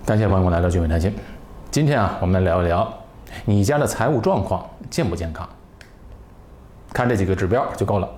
感谢朋友们来到聚美谈心。今天我们来聊一聊你家的财务状况健不健康。看这几个指标就够了。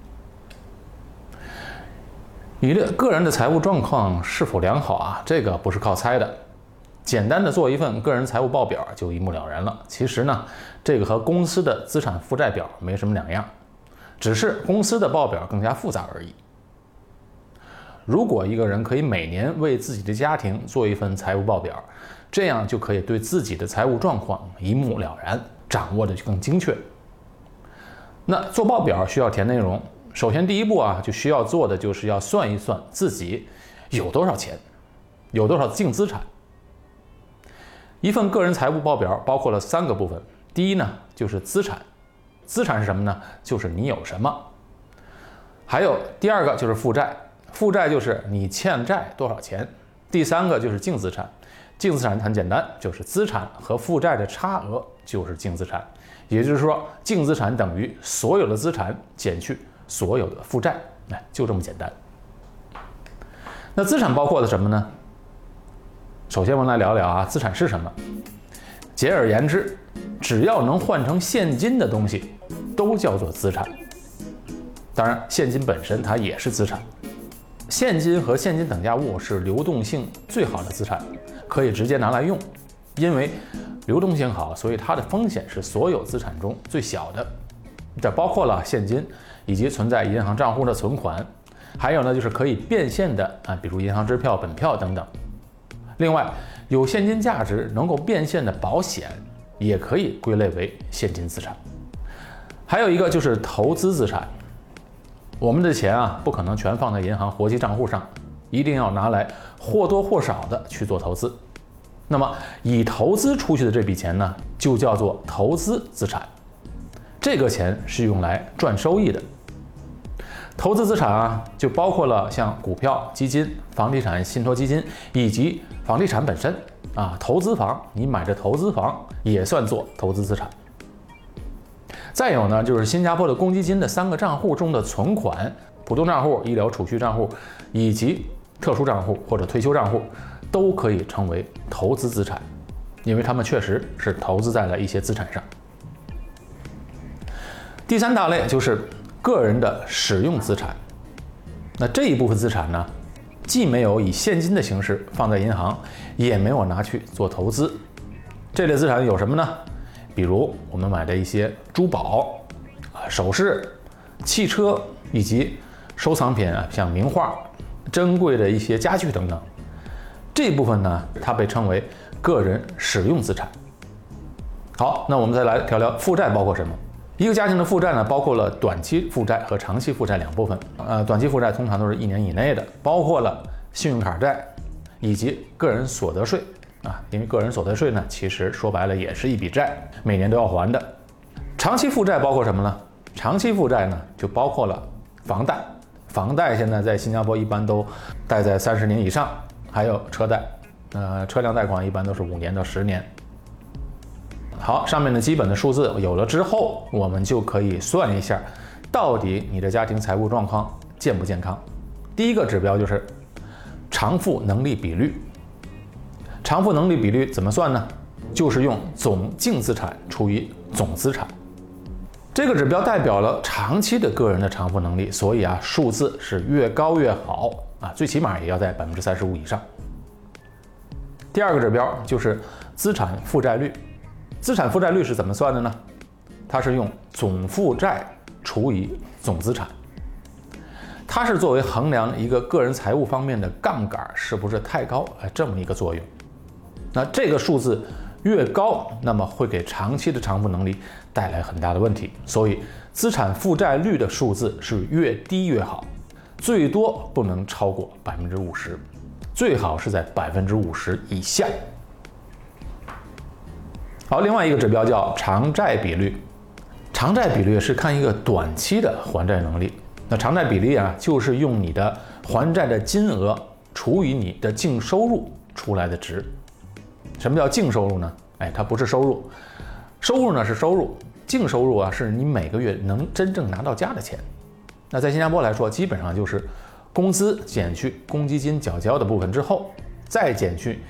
你的个人的财务状况是否良好这个不是靠猜的。简单的做一份个人财务报表就一目了然了。其实呢，这个和公司的资产负债表没什么两样，只是公司的报表更加复杂而已。如果一个人可以每年为自己的家庭做一份财务报表，这样就可以对自己的财务状况一目了然，掌握的就更精确。那做报表需要填内容，首先第一步就需要做的就是要算一算自己有多少钱，有多少净资产。一份个人财务报表包括了3个部分，第一呢就是资产，资产是什么呢？就是你有什么。还有第2个就是负债，负债就是你欠债多少钱。第3个就是净资产，净资产很简单，就是资产和负债的差额就是净资产，也就是说净资产等于所有的资产减去所有的负债，就这么简单。那资产包括了什么呢？首先我们来聊聊资产是什么。简而言之，只要能换成现金的东西都叫做资产。当然现金本身它也是资产。现金和现金等价物是流动性最好的资产，可以直接拿来用。因为流动性好，所以它的风险是所有资产中最小的。这包括了现金以及存在银行账户的存款，还有呢就是可以变现的比如银行支票、本票等等。另外，有现金价值能够变现的保险也可以归类为现金资产。还有一个就是投资资产。我们的钱不可能全放在银行活期账户上，一定要拿来或多或少的去做投资。那么以投资出去的这笔钱呢，就叫做投资资产。这个钱是用来赚收益的。投资资产就包括了像股票、基金、房地产信托基金以及房地产本身投资房，你买的投资房也算作投资资产。再有呢，就是新加坡的公积金的3个账户中的存款，普通账户、医疗储蓄账户以及特殊账户或者退休账户，都可以称为投资资产，因为它们确实是投资在了一些资产上。第3大类就是个人的使用资产。那这一部分资产呢，既没有以现金的形式放在银行，也没有拿去做投资。这类资产有什么呢？比如我们买的一些珠宝、首饰、汽车以及收藏品像名画、珍贵的一些家具等等。这部分呢，它被称为个人使用资产。好，那我们再来聊聊负债包括什么。一个家庭的负债呢，包括了短期负债和长期负债2部分。短期负债通常都是1年以内的，包括了信用卡债以及个人所得税因为个人所得税呢，其实说白了也是一笔债，每年都要还的。长期负债包括什么呢？长期负债呢，就包括了房贷。房贷现在在新加坡一般都贷在30年以上，还有车贷，车辆贷款一般都是5年到10年。好，上面的基本的数字有了之后，我们就可以算一下，到底你的家庭财务状况健不健康。第一个指标就是偿付能力比率。偿付能力比率怎么算呢？就是用总净资产除以总资产。这个指标代表了长期的个人的偿付能力，所以数字是越高越好最起码也要在35%以上。第2个指标就是资产负债率。资产负债率是怎么算的呢？它是用总负债除以总资产。它是作为衡量一个个人财务方面的杠杆是不是太高这么一个作用。那这个数字越高，那么会给长期的偿付能力带来很大的问题。所以资产负债率的数字是越低越好，最多不能超过50%，最好是在50%以下。好，另外一个指标叫偿债比率。偿债比率是看一个短期的还债能力。那偿债比例就是用你的还债的金额除以你的净收入出来的值。什么叫净收入呢？它不是收入，收入呢是收入，净收入是你每个月能真正拿到家的钱。那在新加坡来说，基本上就是工资减去公积金缴交的部分之后，再减去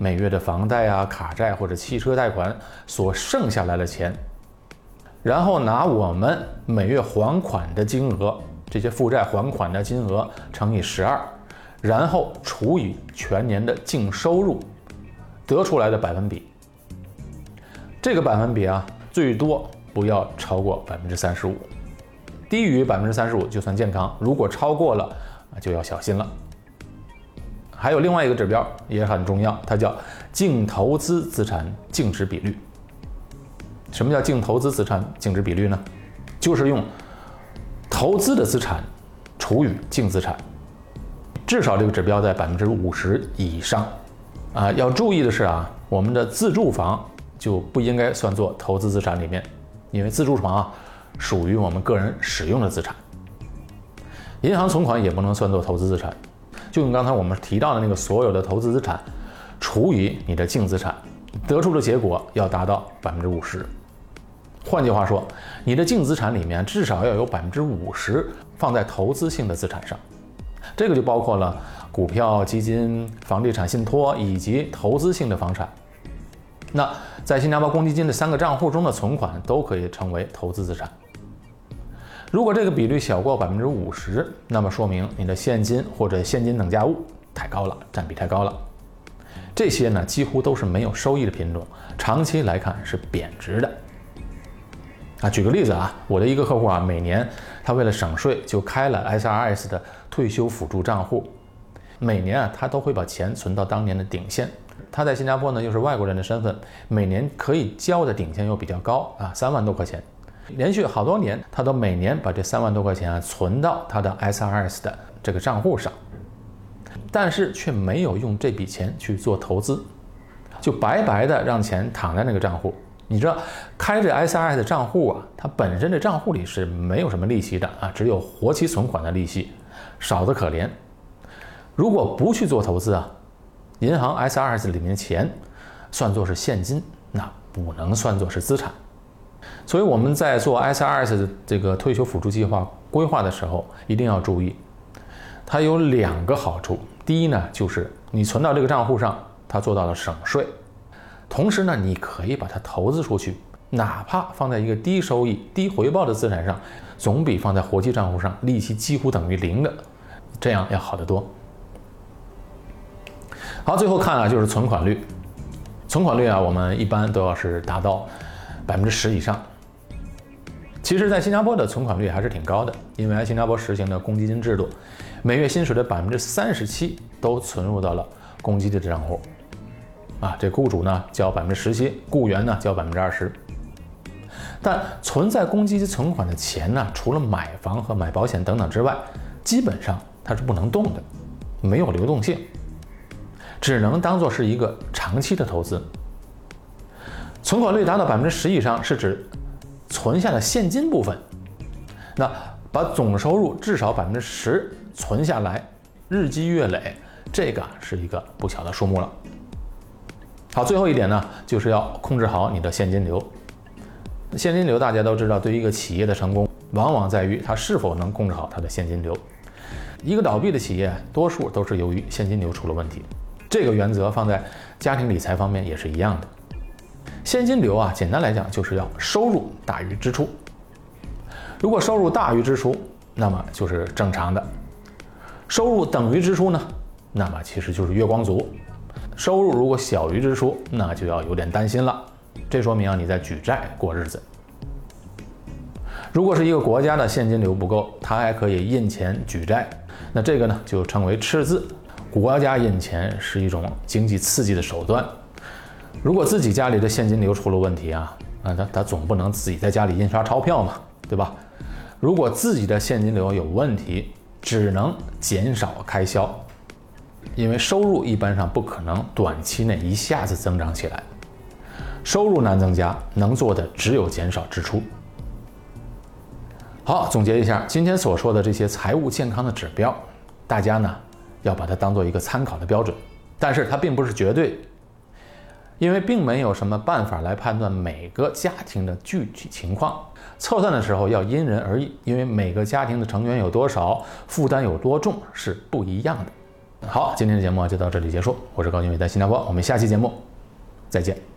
每月的房贷啊、卡债或者汽车贷款所剩下来的钱，然后拿我们每月还款的金额，这些负债还款的金额乘以12，然后除以全年的净收入，得出来的百分比。这个百分比啊，最多不要超过35%，低于35%就算健康，如果超过了就要小心了。还有另外一个指标也很重要，它叫净投资资产净值比率。什么叫净投资资产净值比率呢？就是用投资的资产除以净资产，至少这个指标在50%以上。要注意的是啊，我们的自住房就不应该算作投资资产里面，因为自住房属于我们个人使用的资产。银行存款也不能算作投资资产，就用刚才我们提到的那个所有的投资资产除以你的净资产，得出的结果要达到50%。换句话说，你的净资产里面至少要有50%放在投资性的资产上，这个就包括了股票、基金、房地产信托以及投资性的房产。那在新加坡公积金的3个账户中的存款都可以成为投资资产。如果这个比率小过50%，那么说明你的现金或者现金等价物太高了，占比太高了。这些呢几乎都是没有收益的品种，长期来看是贬值的。举个例子啊，我的一个客户啊，每年他为了省税就开了 SRS 的退休辅助账户，每年他都会把钱存到当年的顶线。他在新加坡呢又是外国人的身份，每年可以交的顶线又比较高3万多块钱，连续好多年他都每年把这3万多块钱存到他的 SRS 的这个账户上，但是却没有用这笔钱去做投资，就白白的让钱躺在那个账户。你知道开这 SRS 的账户它本身的账户里是没有什么利息的只有活期存款的利息，少得可怜。如果不去做投资银行 SRS 里面的钱算作是现金，那不能算作是资产。所以我们在做 SRS 的这个退休辅助计划规划的时候，一定要注意，它有2个好处。第一呢，就是你存到这个账户上，它做到了省税。同时呢，你可以把它投资出去，哪怕放在一个低收益、低回报的资产上，总比放在活期账户上利息几乎等于0的这样要好得多。好，最后看就是存款率。存款率我们一般都要是达到10%以上。其实在新加坡的存款率还是挺高的，因为新加坡实行的公积金制度，每月薪水的37%都存入到了公积金的账户这雇主呢交17%，雇员呢交20%。但存在公积金存款的钱呢，除了买房和买保险等等之外，基本上它是不能动的，没有流动性，只能当作是一个长期的投资。存款率达到10%以上，是指存下的现金部分，那把总收入至少10%存下来，日积月累，这个是一个不小的数目了。好，最后一点呢，就是要控制好你的现金流。现金流大家都知道，对于一个企业的成功，往往在于它是否能控制好它的现金流。一个倒闭的企业，多数都是由于现金流出了问题。这个原则放在家庭理财方面也是一样的。现金流简单来讲就是要收入大于支出。如果收入大于支出，那么就是正常的；收入等于支出呢，那么其实就是月光族。收入如果小于支出，那就要有点担心了，这说明你在举债过日子。如果是一个国家的现金流不够，它还可以印钱举债，那这个呢就称为赤字。国家印钱是一种经济刺激的手段。如果自己家里的现金流出了问题他总不能自己在家里印刷钞票嘛，对吧？如果自己的现金流有问题，只能减少开销，因为收入一般上不可能短期内一下子增长起来，收入难增加，能做的只有减少支出。好，总结一下今天所说的这些财务健康的指标，大家呢要把它当做一个参考的标准，但是它并不是绝对，因为并没有什么办法来判断每个家庭的具体情况，测算的时候要因人而异，因为每个家庭的成员有多少，负担有多重是不一样的。 好，今天的节目就到这里结束，我是高俊伟，在新加坡，我们下期节目再见。